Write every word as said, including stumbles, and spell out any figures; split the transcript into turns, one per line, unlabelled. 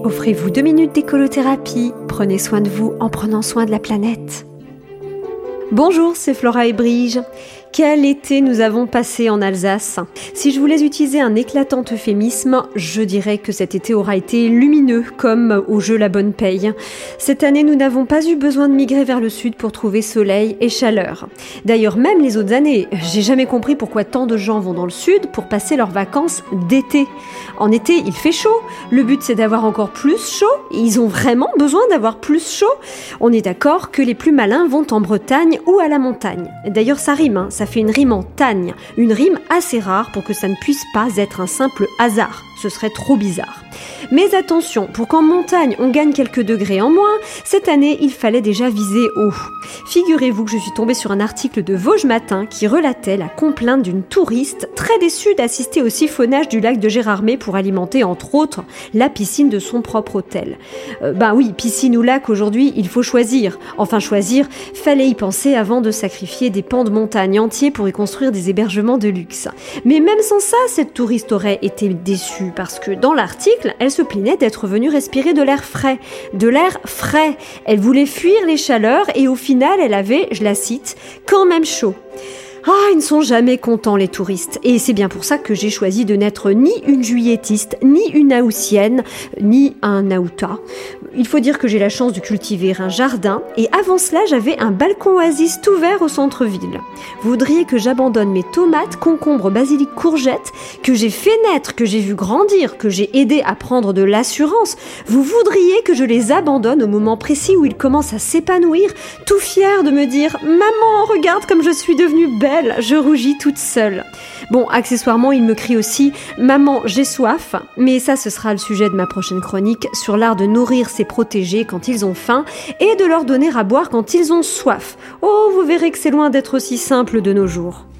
Offrez-vous deux minutes d'écolothérapie. Prenez soin de vous en prenant soin de la planète. Bonjour, c'est Flora et Brige. Quel été nous avons passé en Alsace. Si je voulais utiliser un éclatant euphémisme, je dirais que cet été aura été lumineux, comme au jeu La Bonne Paye. Cette année, nous n'avons pas eu besoin de migrer vers le sud pour trouver soleil et chaleur. D'ailleurs, même les autres années, j'ai jamais compris pourquoi tant de gens vont dans le sud pour passer leurs vacances d'été. En été, il fait chaud. Le but, c'est d'avoir encore plus chaud. Et ils ont vraiment besoin d'avoir plus chaud. On est d'accord que les plus malins vont en Bretagne ou à la montagne. D'ailleurs, ça rime, hein. Ça fait une rime en tagne, une rime assez rare pour que ça ne puisse pas être un simple hasard. Ce serait trop bizarre. Mais attention, pour qu'en montagne on gagne quelques degrés en moins, cette année il fallait déjà viser haut. Figurez-vous que je suis tombée sur un article de Vosges Matin qui relatait la complainte d'une touriste très déçue d'assister au siphonnage du lac de Gérardmer pour alimenter entre autres la piscine de son propre hôtel. Euh, ben oui, piscine ou lac aujourd'hui, il faut choisir. Enfin choisir, fallait y penser avant de sacrifier des pans de montagne entiers pour y construire des hébergements de luxe. Mais même sans ça, cette touriste aurait été déçue. Parce que dans l'article, elle se plaignait d'être venue respirer de l'air frais. De l'air frais. Elle voulait fuir les chaleurs et au final, elle avait, je la cite, quand même chaud. Ah, ils ne sont jamais contents les touristes. Et c'est bien pour ça que j'ai choisi de n'être ni une juillettiste, ni une haussienne, ni un aouta. Il faut dire que j'ai la chance de cultiver un jardin et avant cela, j'avais un balcon oasis tout vert au centre-ville. Vous voudriez que j'abandonne mes tomates, concombres, basilic, courgettes, que j'ai fait naître, que j'ai vu grandir, que j'ai aidé à prendre de l'assurance. Vous voudriez que je les abandonne au moment précis où ils commencent à s'épanouir, tout fiers de me dire « Maman, regarde comme je suis devenue belle !» Je rougis toute seule. Bon, accessoirement, il me crie aussi « Maman, j'ai soif !» Mais ça, ce sera le sujet de ma prochaine chronique sur l'art de nourrir ses protégés quand ils ont faim et de leur donner à boire quand ils ont soif. Oh, vous verrez que c'est loin d'être aussi simple de nos jours.